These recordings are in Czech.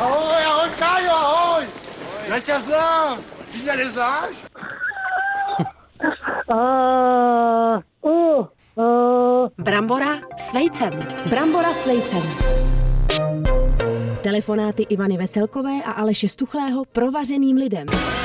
Ahoj, Kájo, ahoj. Já tě znám. Ty mě neznáš? Brambora s vejcem. Brambora s vejcem. Telefonáty Ivany Veselkové a Aleše Stuchlého provařeným lidem.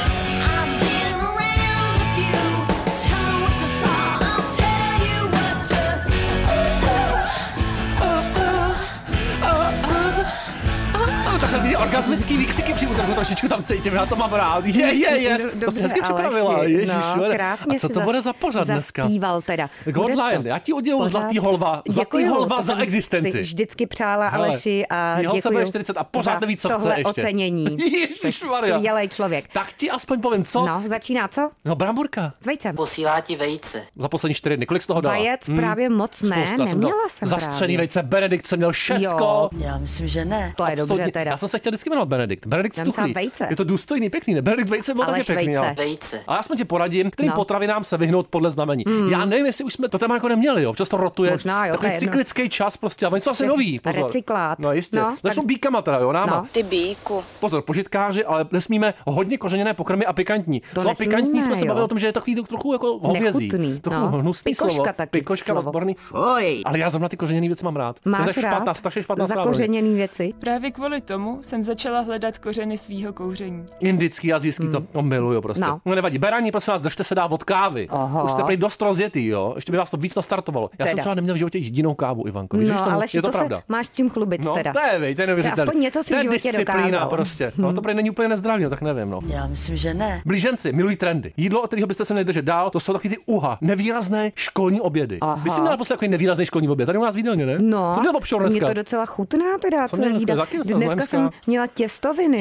Takhle ty orgasmický výkřiky přijmu, tak trošičku tam cítím, já to mám rád. Je. To jsi hezky připravila, ježiš. No, krásně. A co to bude za pořad dneska? Zaspíval teda. Godline, já ti udělám zlatý holva. Zlatý holva za existenci. Jsi vždycky přála Aleši a děkuji 40 a pořád neví, co chce ještě. Tohle ocenění. Ježišmarja. Skvělej člověk. Tak ti aspoň povím, co? No, začíná co? No, bramburka. S vejcem. Posílá ti vejce. Za poslední 4 dny. Kolik z toho dala? Vajec právě moc ne, neměla jsem zastřený vejce, Benedikt jsem měl všecko. Já myslím, že ne. To je dobře teda. Já jsem se chtěl vždycky jmenovat Benedikt. Benedikt Stuchlý. Je to důstojný, pěkný, ne? Benedikt Vejce byl taky pěkný. Vejce. Ale já jsem ti poradím, kterým potravinám se vyhnout podle znamení. Já nevím, jestli už jsme to téma jako neměli, jo. Občas to rotuje. Možná, jo, takový cyklický čas prostě, a oni jsou asi noví. Pozor. Recyklát. No jistě. Začnou bíkama teda, jo, náma. Ty bíku. Pozor, požitkáři, ale nesmíme hodně kořeněné pokrmy a pikantní. To pikantní jsme se bavili o tom, že je takový trochu jako hovězí. Trochu hnusný slovo. Pikoška odborný. Ale já zrovna ty kořeněné věci mám rád. Máš rád strašně špatná zakořeněné věci? Právě kvůli tomu jsem začala hledat kořeny svýho kouření. Indický, asijský, to miluju prostě. No nevadí. Berani, prosím vás, držte se dát od kávy. Aha. Už jste prý dost rozjetý, jo. Ještě by vás to víc nastartovalo. Já jsem třeba neměl v životě jedinou kávu, Ivanko. Víš, ale je to pravda. Máš čím chlubit teda. To je neuvěřitelné. Aspoň něco si v životě dokázal. Prostě. No to prý není úplně nezdravý, tak nevím, no. Já myslím, že ne. Blíženci milují trendy. Jídlo, od kterého byste se měli držet dál, to jsou taky ty uha, nevýrazné školní obědy. Vy jsi měla naposledy takový nevýrazný školní oběd. Tady u nás v jídelně, ne? No. Co měl obšor dneska? Mě to docela chutná teda, co jídá. Dneska jsem měla těstoviny.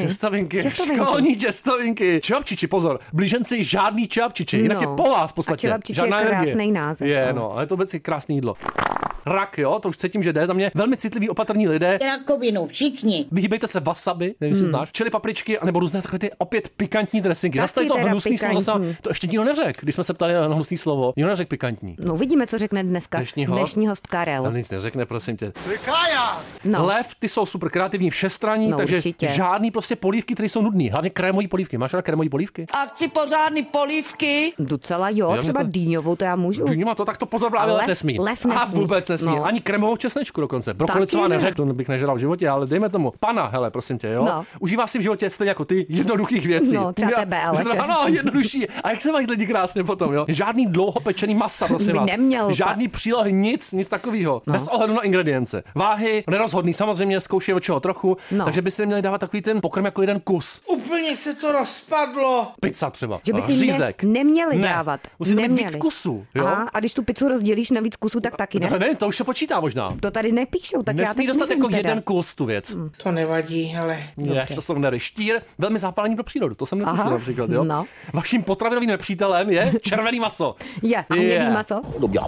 Školní těstovinky. Čevapčiči, pozor. Blíženci žádný čevapčiči, jinak je po vás v podstatě. A čevapčiči je krásný název. Je, ale to je krásný jídlo. Rak, jo, to už cítím, že jde. Tam je velmi citliví, opatrní lidé. Rakovinu, všichni. Vyhýbejte se wasabi, nevím, jestli znáš, čili papričky, anebo různé takové ty opět pikantní dressingy. Zase to hnusný slovo zase, to ještě nikdo neřekl, když jsme se ptali na hnusný slovo. Nikdo neřekl pikantní. No uvidíme, co řekne dneska. Dnešní host Karel. Tam nic neřekne, prosím tě. No. Lev, ty jsou super kreativní, všestranní, takže určitě. Žádný prostě polívky, které jsou nudné, hlavně krémové polívky. Máš rád krémové polívky? A chci pořádný polívky. Docela jo, třeba dýňovou, to já můžu. Dýňová to tak to pozor, právě lev nesmí. A vůbec nesmí. No. Ani krémovou česnečku dokonce. Brokolicová neřekl, to bych nežral v životě, ale dejme tomu. Pana, hele, prosím tě, jo. No. Užívá si v životě stejně jako ty jednoduchých věcí. No, třeba tebe, ale ano, jednodušší. A jak se mají lidi krásně potom, jo? Žádný dlouhopečený masa, prosím vás. Žádný přílohy, nic takového. No. Bez ohledu na ingredience. Váhy, nerozhodný, samozřejmě zkouší od čeho trochu, takže by si neměli dávat takový ten pokrm jako jeden kus. Úplně se to rozpadlo. Pizza třeba. Že by si neměli dávat. Musíte mít víc kusů, jo? A když tu pizzu rozdělíš na víc kusů, tak taky ne. Ne, to už se počítá možná. To tady nepíšou, tak nesmí já dostat jako teda. jeden kus tu věc. To nevadí, ale... To jsou nery. Štír, velmi zápalný pro přírodu, to jsem netušil například, jo? No. Vaším potravinovým nepřítelem je červený maso. A hnědý maso?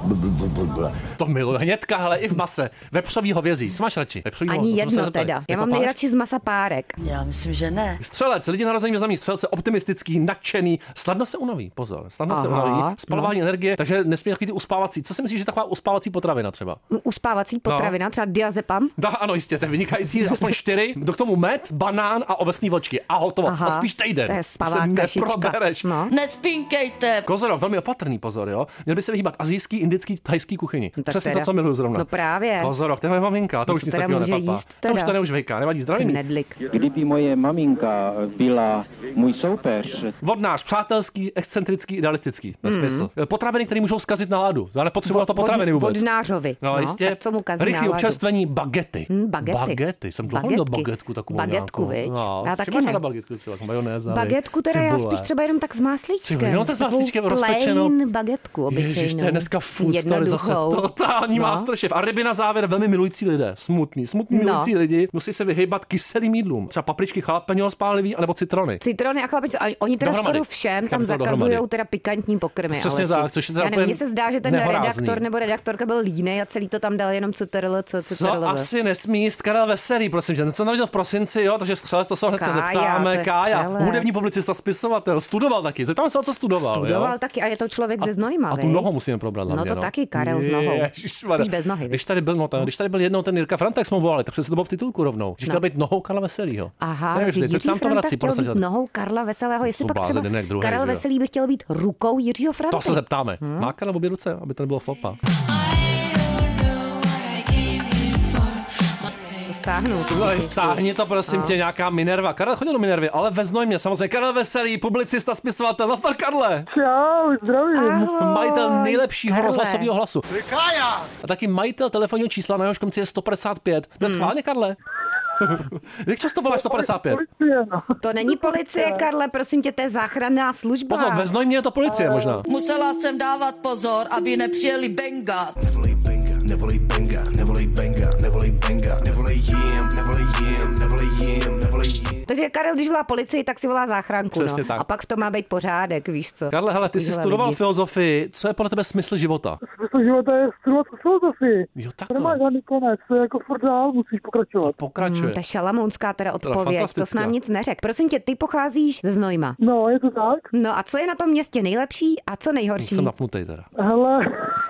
To miluji. Hnědka, hele, i v mase. Vepřový hovězí. Co máš radši? Ani jedno teda. Já mám nejradši z masa párek. Já myslím, že ne. Střelec, lidi narození v zemí střelce, optimistický, nadšený, snadno se unaví. Pozor, snadno se unaví. Spalování energie, takže nesmí takový ty uspávací. Co si myslíš, že taková uspávací potravina třeba? Uspávací potravina, třeba diazepam? Ano, jistě, to je vynikající, aspoň 4. Do k tomu med, banán a ovesní vločky. A hotovo. A spíš týden. To je spavá kašička. No. Nespínkejte. Kozorok, velmi opatrný, pozor, jo. Měl by se vyhýbat asijský, indický, thajský kuchyni. Přesně to, co miluju zrovna. No právě. Kozorok, to je moje maminka, to už nic takového nepapá. To už to neužvejká, nevadí, zdravím. Kdyby moje maminka byla můj soupeř. Vodnář, přátelský, excentrický, idealistický. Smysl. Potraviny, které můžou zkazit náladu. Já nepotřebuji to potraviny vůbec. Vodnářovi. No, jistě. Tak co mu kazí rychlý náladu? občerstvení, bagety. Bagety. Jsem dlouho měl bagetku takovou. Bagetku, viď? No, já taky ne. Bagetku, majonéza. Bagetku teda já spíš třeba jenom tak s máslíčkem. Jenom tak s máslíčkem rozpečenou. Plain bagetku obyčejnou. Ježiš, to je dneska food story zase totální masterchef. A ryby na závěr, velmi milující lidé. Smutní milující lidi musí se vyhýbat kyselým jídlům. Třeba papričky, jalapeno spálivý, anebo citrony. Citrony a chlapečky, oni teda skoro všem tam zakazují teda pikantní pokrmy. Přesně tak, což je teda mně se zdá, že ten redaktor nebo redaktorka byl línej a celý to tam dal jenom CTRL. Co asi nesmí jíst Karel Veselý, prosím tě. Ten se narodil v prosinci, jo, takže střelec, to se hnedka zeptáme. Kája, hudební publicista, spisovatel, studoval taky. Zeptáme se, co studoval. Studoval taky a je to člověk ze Znojma, a tu nohu musíme probrat. No to taky Karel s nohou. Spíš bez nohy. Když tady byl jednou ten Jirka Frantek, jsme volali, tak přece to bylo v titulku rovnou. Že chtěl být nohou Karla Veselýho. Aha, Jiří Franta chtěl být nohou Karla Veselého, jestli pak třeba Karel Veselý by chtěl být rukou Jiřího Franty. To se zeptáme. Má Karel v obě ruce, aby to nebylo flopa. Stáhnu. Stáhni to, prosím tě, nějaká Minerva. Karel chodil do Minervy, ale ve Znojmě samozřejmě. Karel Veselý, publicista, spisovatel. Nazdar, Karle. Čau, zdravím. Majitel nejlepšího rozhlasového hlasu. Kája! A taky majitel telefonního čísla, na jehož konci je 155. To je schválně, Karle? Jak často voláš 155? To není policie, Karle, prosím tě, to je záchranná služba. Pozor, ve Znojmě je to policie možná. Musela jsem dávat pozor, aby nepřijeli benga. Nevolej benga, nevolej benga, nevolej benga, nevolej jim, nevolej jim, nevolej jim, nevolej jim. Takže Karel, když volá policii, tak si volá záchranku, no. Tak. A pak v tom má být pořádek, víš co. Karle, hele, ty jsi studoval filozofii. Co je podle tebe smysl života? Smysl života je studovat filozofii. Jo, to nemá žádný konec, to je jako furt dál, musíš pokračovat. Pokračuje. Ta šalamounská teda odpověď, to jsi nám nic neřekl. Prosím tě, ty pocházíš ze Znojma. No, je to tak. No a co je na tom městě nejlepší a co nejhorší? Jsem napnutej teda. Hele,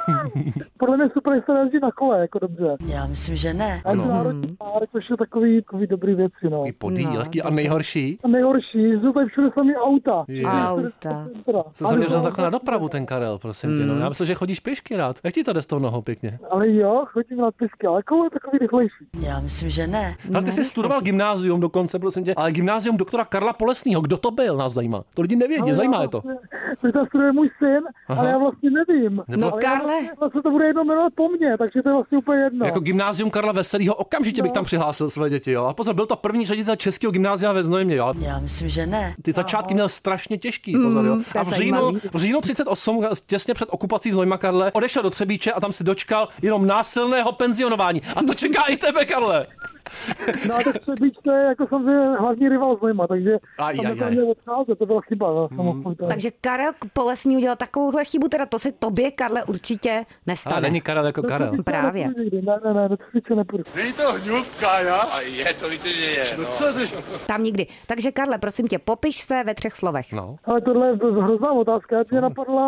podle mě super, že se jezdí na kole, jako dobře. Já myslím, že ne. A národní park, což je takový dobrý věci, no. Lehký a nejhorší? A nejhorší, jsou tady všude samý auta. Auta. Se zaměřil takhle na dopravu ten Karel, prosím tě, no. Já myslím, že chodíš pěšky rád. Jak ti to jde s tou nohou pěkně? Ale jo, chodím na pěšky, ale kolo je takový rychlejší. Já myslím, že ne. Ale ty jsi studoval gymnázium dokonce, prosím tě, ale gymnázium doktora Karla Polesného. Kdo to byl, nás zajímá. To lidi nevědí, zajímá je to. To tam studuje můj syn, ale já vlastně nevím. No Karle. Vlastně to bude jedno jmenovat po mně, takže to je vlastně úplně jedno. Jako gymnázium Karla Veselýho, okamžitě bych tam přihlásil své děti, jo. A pozor, byl to první ředitel českého gymnázia ve Znojmě, jo. Já myslím, že ne. Ty začátky měl strašně těžký, pozor, jo. A v říjnu 38, těsně před okupací Znojma, Karle, odešel do Třebíče a tam si dočkal jenom násilného penzionování. A to čeká i tebe, Karle. No a tak Třebíč to je jako samozřejmě hlavní rival Znojma, takže tam měl odcházet, to byla chyba. Takže Karel Polesný udělal takovouhle chybu, teda to se tobě, Karle, určitě nestane. Ale není Karel jako Karel. Právě. Ne, do Třebíče nepůjdu. Není to hňub, Kája? A je, to víte, že je. No co ty? Tam nikdy. Takže Karle, prosím tě, popiš se ve 3 slovech. No. Ale tohle je hrozná otázka. Mě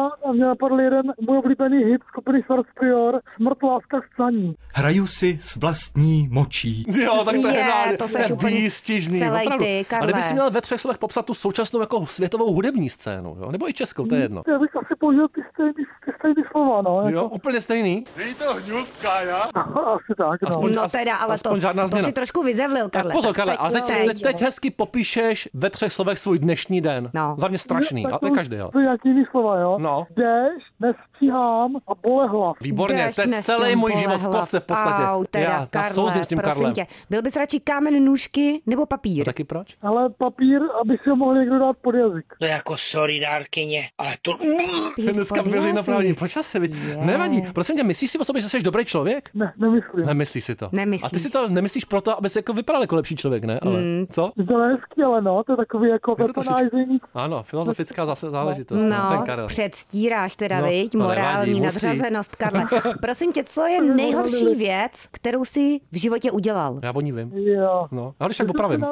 napadl jeden můj oblíbený hit skupiny Stars Prior, Smrt, láska, scaní. Hraju si s vlastní močí. Jo, tak to je reálně, to je výstižný, opravdu. Karle. A kdyby si měl ve 3 slovech popsat tu současnou jako světovou hudební scénu, jo? Nebo i českou, to je jedno. Já bych asi použil ty stejný slova, no. Jo, úplně stejný. Není to hňub, Kája? Asi tak, no. No teda, ale to si trošku vyzevlil, Karle. Pozor, Karle, a teď hezky popíšeš ve 3 slovech svůj dnešní den. No. Za mě strašný, ale to je každý, jo. To je nějaký jiný slova, jo. No. Déšť, nestíhám a bolehlav. Výborně, to je celý můj život v kostce v podstatě. Teda, Karle, s tím prosím Karlem. tě, byl bys radši kámen, nůžky nebo papír? No taky proč? Ale papír, aby si ho mohl někdo dát pod jazyk. To je jako sorry, dárkyně, ale to... Dneska veřejnoprávní, proč se nevadí. Prosím tě, myslíš si o sobě, že jsi dobrý člověk? Ne, nemyslím. Nemyslíš si to? Nemyslíš. A ty si to nemyslíš proto, aby se jako vypadal jako lepší člověk, ne? Ale co? To je hezký, ale no, to je takový jako weaponizing. Ano, filozofická zase záležitost. No, ten Karel. předstíráš teda, viď? No, Morální nadřazenost, Karle. Prosím tě, co je nejhorší věc, kterou jsi v životě udělal? Já o ní vím. Jo. No, ale když tak popravím.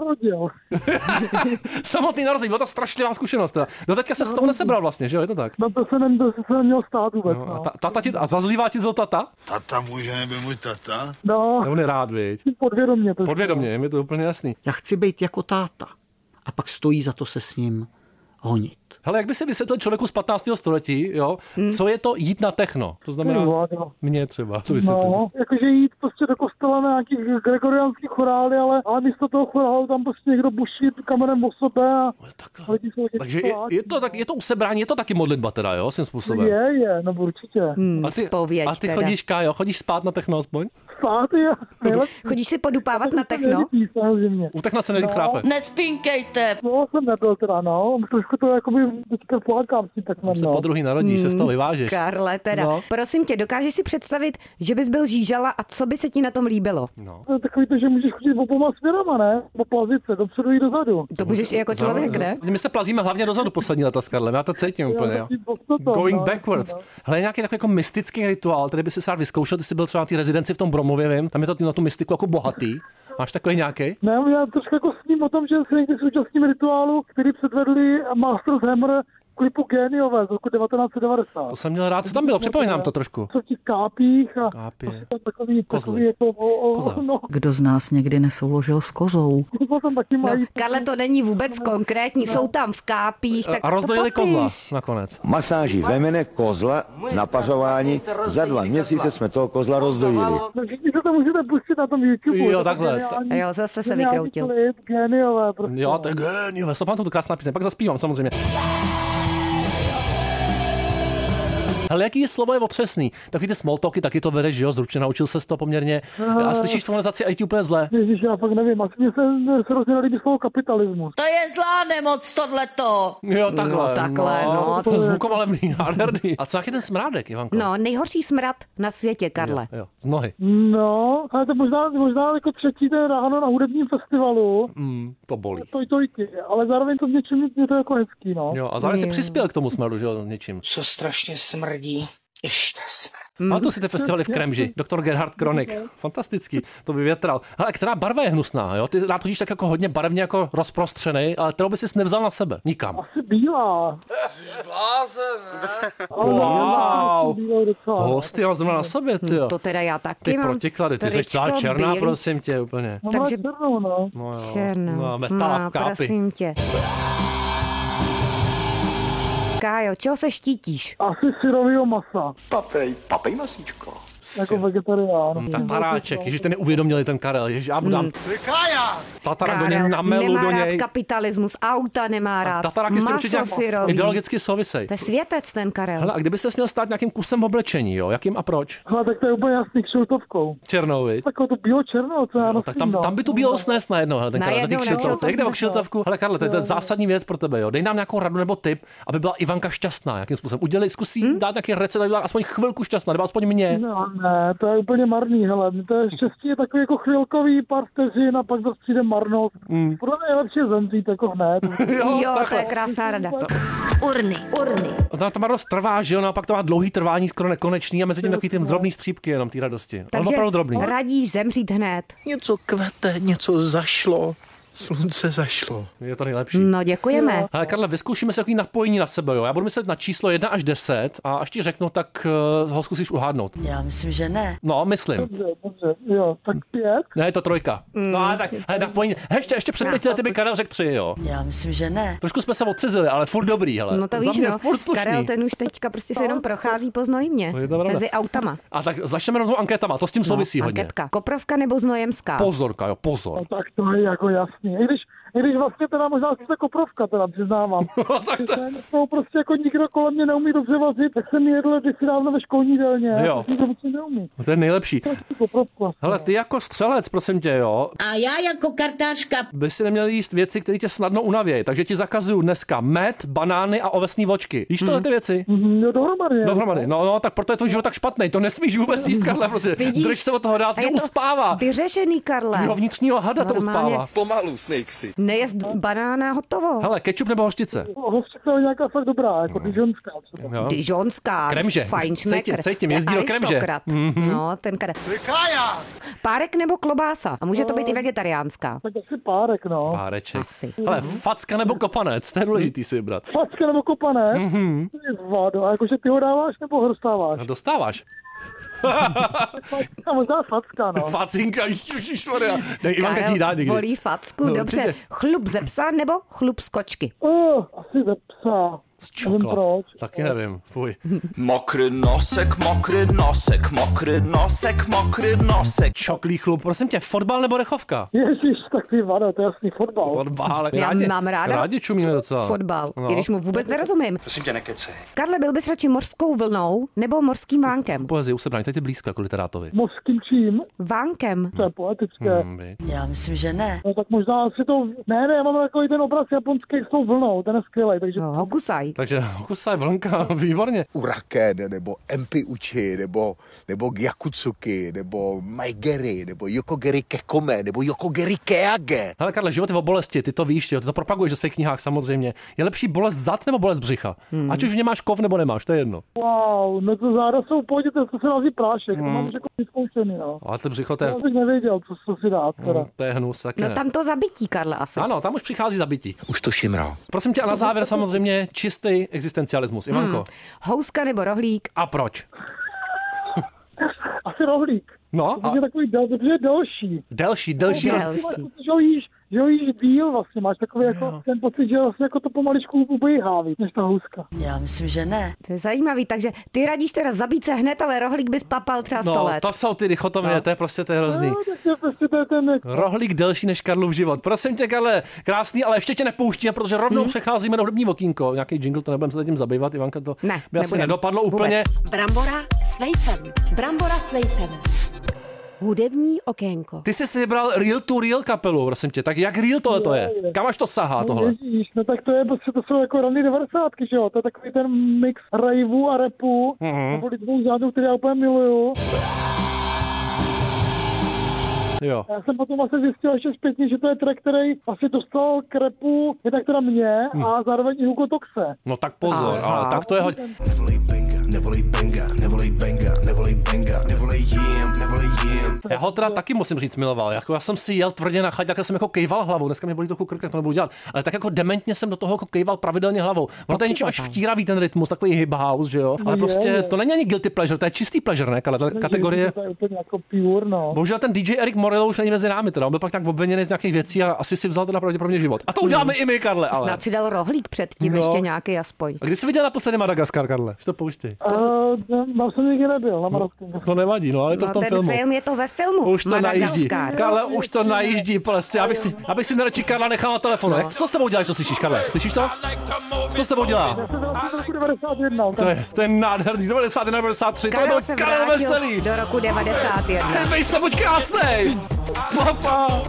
Samotný narození, byla to strašlivá zkušenost. Teda. Do teďka se z toho nesebral vlastně, že jo, je to tak? No to se neměl stát vůbec, no. A zazlívá ti to tata? Tata může nebyl můj tata? No. On je rád, viď? Podvědomě. Podvědomě, je mi to úplně jasný. Já chci být jako táta. A pak stojí za to se s ním honit. Hele, jak by si vysvětlil člověku z 15. století, jo, co je to jít na techno? To znamená, mě třeba to vysvětlit. No, jakože jít prostě do kostela na nějakých gregoriánských chorály, ale místo toho chorálu tam prostě někdo buší kamenem o sobě a lidi jsou taky. Takže je to usebrání, je to taky modlitba teda, jo, svým způsobem. Je, no určitě. A ty chodíš, Kájo, chodíš spát na techno aspoň? Spát je. Chodíš si podupávat na techno? U techna se nelíp chrápe. Nespinkejte. No, jsem nebyl teda, no. Trošku to jako teďka plákám si tak se po druhý narodíš, se z toho vyvážeš. Karle, teda. No. Prosím tě, dokážeš si představit, že bys byl žížala a co by se ti na tom líbilo? No. To je takový to, že můžeš chodit oboma směrama, ne? Po plazice, dopředu i dozadu. To můžeš i jako člověk, ne? My se plazíme hlavně dozadu poslední leta s Karlem, já to cítím úplně, jo. Going backwards. Hele, nějaký takový jako mystický rituál, který by si rád vyzkoušel, ty jsi byl třeba na té rezidenci v tom Bromově, vím, tam je to na tu mystiku jako bohatý. Máš takový nějaký? Ne, já trošku jako sním o tom, že se někdy současním rituálu, který předvedli Masters Hammer klipu Géniové z roku 1990. To jsem měl rád, co tam bylo, připomínám to trošku. Co v těch kápích a takový jako no. Kdo z nás někdy nesouložil s kozou? Karle, to není vůbec konkrétní, jsou tam v kápích. Tak a rozdojili kozla nakonec. Masáží vemene kozla na pařování. Za 2 měsíce jsme toho kozla rozdojili. Všichni se to můžete pustit na tom YouTube. Jo, takhle. Jo, zase se vykroutil. Géniové, prostě. Jo, to je géniové, to je krásná píseň, pak zaspívám samozřejmě. Hele, jaký je slovo je otřesný. Takový ty small talky, taky to vedeš, že jo, zručně naučil se z toho poměrně. A slyšíš tu organizaci a je ti úplně zle. Ježiš, já fakt nevím, asi mě se hrozně nelíbí slovo kapitalismus. To je zlá nemoc tohleto. Jo, takhle. No, takhle, no. Zvukomalebný, nádherný. A co jak je ten smrádek, Ivanko? No, nejhorší smrad na světě, Karle. Jo, z nohy. No, ale to možná jako třetí den ráno na hudebním festivalu. To bolí. Ale zároveň to v něčem je to jako hezký, no. Jo, a zároveň si přispěl k tomu smradu, že jo, něčím. Co strašně smrdí. Ještě smrt. A tu si ty festivaly v Kremži. Doktor Gerhard Kronik. Fantastický. To vyvětral. Ale která barva je hnusná, jo? Ty rád chodíš tak jako hodně barevně jako rozprostřenej, ale kterou by si nevzal na sebe. Nikam. Asi bílá. Jsi blázen, ne? Wow. Hosty, já mám zrovna na sobě, ty jo. To teda já taky ty mám. Protiklady, ty jsi celá černá, prosím tě, úplně. No, takže černou, no. Černou. No, metala v kápi. Prosím tě. Kájo, čeho se štítíš? Asi syrovýho masa. Papej masíčko. Jako vegetarián. Tataráček, ježiš, ten neuvědomili ten Karel, ježiš, já mu dám. Tatara do něj namelu do něj. Nemá rád kapitalismus, auta nemá rád, maso syrový. Ideologicky souvisej. To je světec ten Karel. Hele, a kdyby se směl stát nějakým kusem oblečení, jo, jakým a proč? Hele, tak to je úplně jasný, kšiltovkou. Černou, viď? Takovou tu bílo-černou, co já tak tam by tu bílou snes najednou, hele, ten Karel, za těch kšiltovce. Jak jde o kšiltovku? Hele, Karle, to je zásadní věc pro tebe, jo. Dej nám nějakou radu nebo tip, aby byla Ivanka šťastná, jakým způsobem. Zkusí dát nějaký recept, aby byla aspoň chvilku šťastná, nebo aspoň mě. Ne, to je úplně marný, hele. To je štěstí je takový jako chvilkový pár vteřin a pak zase přijde marnost. Podle mě je lepší zemřít jako hned. Jo, to je krásná rada. Urny. Ta marnost trvá, že jo, no a pak to má dlouhý trvání, skoro nekonečný a mezi tím takový ty drobný střípky jenom té radosti. Takže radíš zemřít hned. Něco kvete, něco zašlo. Slunce zašlo. Je to nejlepší. No, děkujeme. Ale Karle, vyzkoušíme se takový napojení na sebe, jo. Já budu myslet na číslo 1 až 10 a až ti řeknu, tak ho zkusíš uhádnout. Já myslím, že ne. No, myslím. Dobře, jo, tak 5. Ne, je to 3. No, ale tak, napojení. Ještě před 5 lety by Karel řekl 3, jo. Já myslím, že ne. Trošku jsme se odcizili, ale furt dobrý, hele. No to víš, no. Karel, ten už teďka prostě se jenom prochází po Znojmě. Mezi autama. A tak začneme rovnou anketama, to s tím souvisí hodně. Anketka. Koprovka nebo Znojemská? Pozorka, jo, pozor. No, tak to je jako jasný. I když vlastně teda možná si ta Koprovka teda přiznávám. Tak to prostě jako nikdo kolem mě neumí dobře vařit, tak jsem jedl kdysi dávno ve školní jídelně. Jo. Nikdo vůbec neumí. To je nejlepší. Koprovku. Hele, ty jako střelec, prosím tě, jo. A já jako kartářka. By si neměl jíst věci, které tě snadno unavějí, takže ti zakazuju dneska med, banány a ovesné vočky. Jíš tohle ty věci? Jo, dohromady. No, tak proto je tvůj život tak špatný. To nesmíš vůbec jíst, Karle, prostě. Drž se od toho dát, tě uspává. Vyřešený, Karle. Tvýho vnitřního hada to uspává. Pomalu, snakesy. Nejest banána, hotovo. Hele, kečup nebo hořčice? Hořčice je nějaká fakt dobrá, jako dižonská. Dižonská. Kremže. Fajnšmekr. Cítím, jezdí do Kremže. No, ten Karel. Párek nebo klobása? A může to být i vegetariánská. Tak asi párek, no. Páreček. Asi. Hele, facka nebo kopanec, to je důležitý si vybrat. Facka nebo kopanec? A jakože ty ho dáváš nebo ho dostáváš? No, dostáváš. A možná facka, no. Facinka, ježišmarja. Ivanka ti dá někdy. Volí facku, dobře. Chlup ze psa nebo chlup z kočky? Asi ze psa. Z čokla. Proč. Taky nevím, fuj. Mokrý nosek, mokrý nosek, mokrý nosek, mokrý nosek. Čoklý chlup, prosím tě, fotbal nebo dechovka? Ježiš, tak ty vado, to je jasný fotbal. Fotbal, Já mám ráda rádi čumíme docela. Fotbal, i když mu vůbec nerozumím. Prosím tě, nekecej. Karle, byl bys radši mořskou vlnou nebo mořským vánkem? Poezii u sebe, teď je blízko jako literátovi. Mořským čím? Vánkem. To je poetické. Já myslím, že ne. No tak možná asi to... Ne, já mám takový ten obraz japonský s tou vlnou, ten je skvělej, takže... No, Hokusai. Takže Hokusai, vlnka, výborně. Uraken, nebo Empi Uchi, nebo Gyakutsuki, nebo Maigeri, nebo Yokogeri Kekome, nebo Yokogeri Keage. Hele Karle, život je o bolesti, ty to víš, ty to propaguješ ve svých knihách samozřejmě. Je lepší bolest zad nebo bolest břicha? Ať už nemáš kov nebo nemáš, to je jedno. Wow, no to záda jsou v pohodě, to se nazví prášek, to mám už jako vyzkoušený, no. Ale to břicho, to je... Já bych nevěděl, co si dát, teda. To je hnus, taky No ne. tam to zabití, Karle, asi. Ano, tam už přichází zabití. Už to šimrá. Prosím tě, a na závěr samozřejmě čistý existencialismus. Ivanko. Houska nebo rohlík? A proč? Asi rohlík. No, To je takový protože je delší. delší. Že ho jíš díl vlastně, máš takový jako ten pocit, že vlastně jako to pomaličku ubíhá víc, než ta houska. Já myslím, že ne. To je zajímavý, takže ty radíš teda zabít se hned, ale rohlík bys papal třeba 100 let. To jsou ty dichotomie, to je prostě hrozný. No, tak je prostě to je ten... Rohlík delší než Karlův život. Prosím tě, Karle, krásný, ale ještě tě nepouštíme, protože rovnou přecházíme na hudební okýnko. Nějaký jingle, to nebudeme se tím zabývat, Ivanka, to by asi nedopadlo úplně. Brambora s vejcem. Brambora s vejcem. Hudební okénko. Ty jsi si vybral Real to Real kapelu, prosím tě. Tak jak real tohle to je? Kam až to sahá tohle? Ježíš, no tak to je, to jsou jako raný 90, že jo? To je takový ten mix raveu a rapu. Nebo dvou žádů, který já úplně miluju. Jo. Já jsem potom asi zjistil ještě zpětně, že to je track, který asi dostal k rapu, jednak teda mě a zároveň i Hugo Toxe. No tak pozor, ale tak to je hodně. Nevolej benga, nevolej benga, nevolej benga, nevolej jim, nevolej jim. Já ho teda taky musím říct miloval. Jako já jsem si jel tvrdě na chatě, jak jsem jako kejval hlavou. Dneska mě bolí trochu krk, tak to nebudu dělat. Ale tak jako dementně jsem do toho jako kejval pravidelně hlavou. Ono to je něčím až vtíravý ten rytmus, takový hip house, že jo. Ale prostě to není ani guilty pleasure, to je čistý pleasure, ne? Ale ta kategorie. To je úplně jako pure, no. Bohužel ten DJ Eric Morillo už není mezi námi, teda. On byl pak tak obviněný z nějakých věcí a asi si vzal teda pravděpodobně život. A to uděláme i my, Karle, ale. Snad si dal rohlík předtím, ještě nějaký aspoň. A kdy jsi viděl naposledy Madagaskar, Karle? Že to pouštěj. Tam jsem nikdy nebyl na Maroku. To nevadí, no, ale to v tom filmu. Film je to ve filmu. Už to najíždí. Karle, už to najíždí, prostě, abych si neradši Karla nechal na telefonu. Jak co s tebou děláš, co slyšíš, Karle? Slyšíš to? Co s tebou dělá? roku 91. To je nádherný, 91, 93, to byl Karel Veselý. Do roku 91. Hej, se buď krásnej. Papa.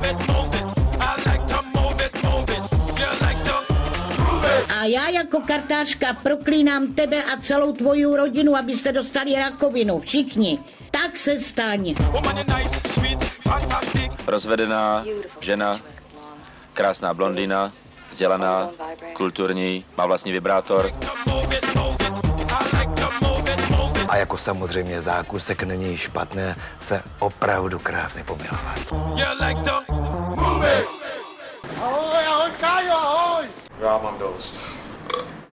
A já jako kartářka proklínám tebe a celou tvoji rodinu, abyste dostali rakovinu. Všichni. Tak se staň. Rozvedená žena, krásná blondýna, vzdělaná, kulturní, má vlastní vibrátor. A jako samozřejmě zákusek není špatné se opravdu krásně pomilovat. Ahoj, ahoj, Kájo, ahoj! Já mám dost.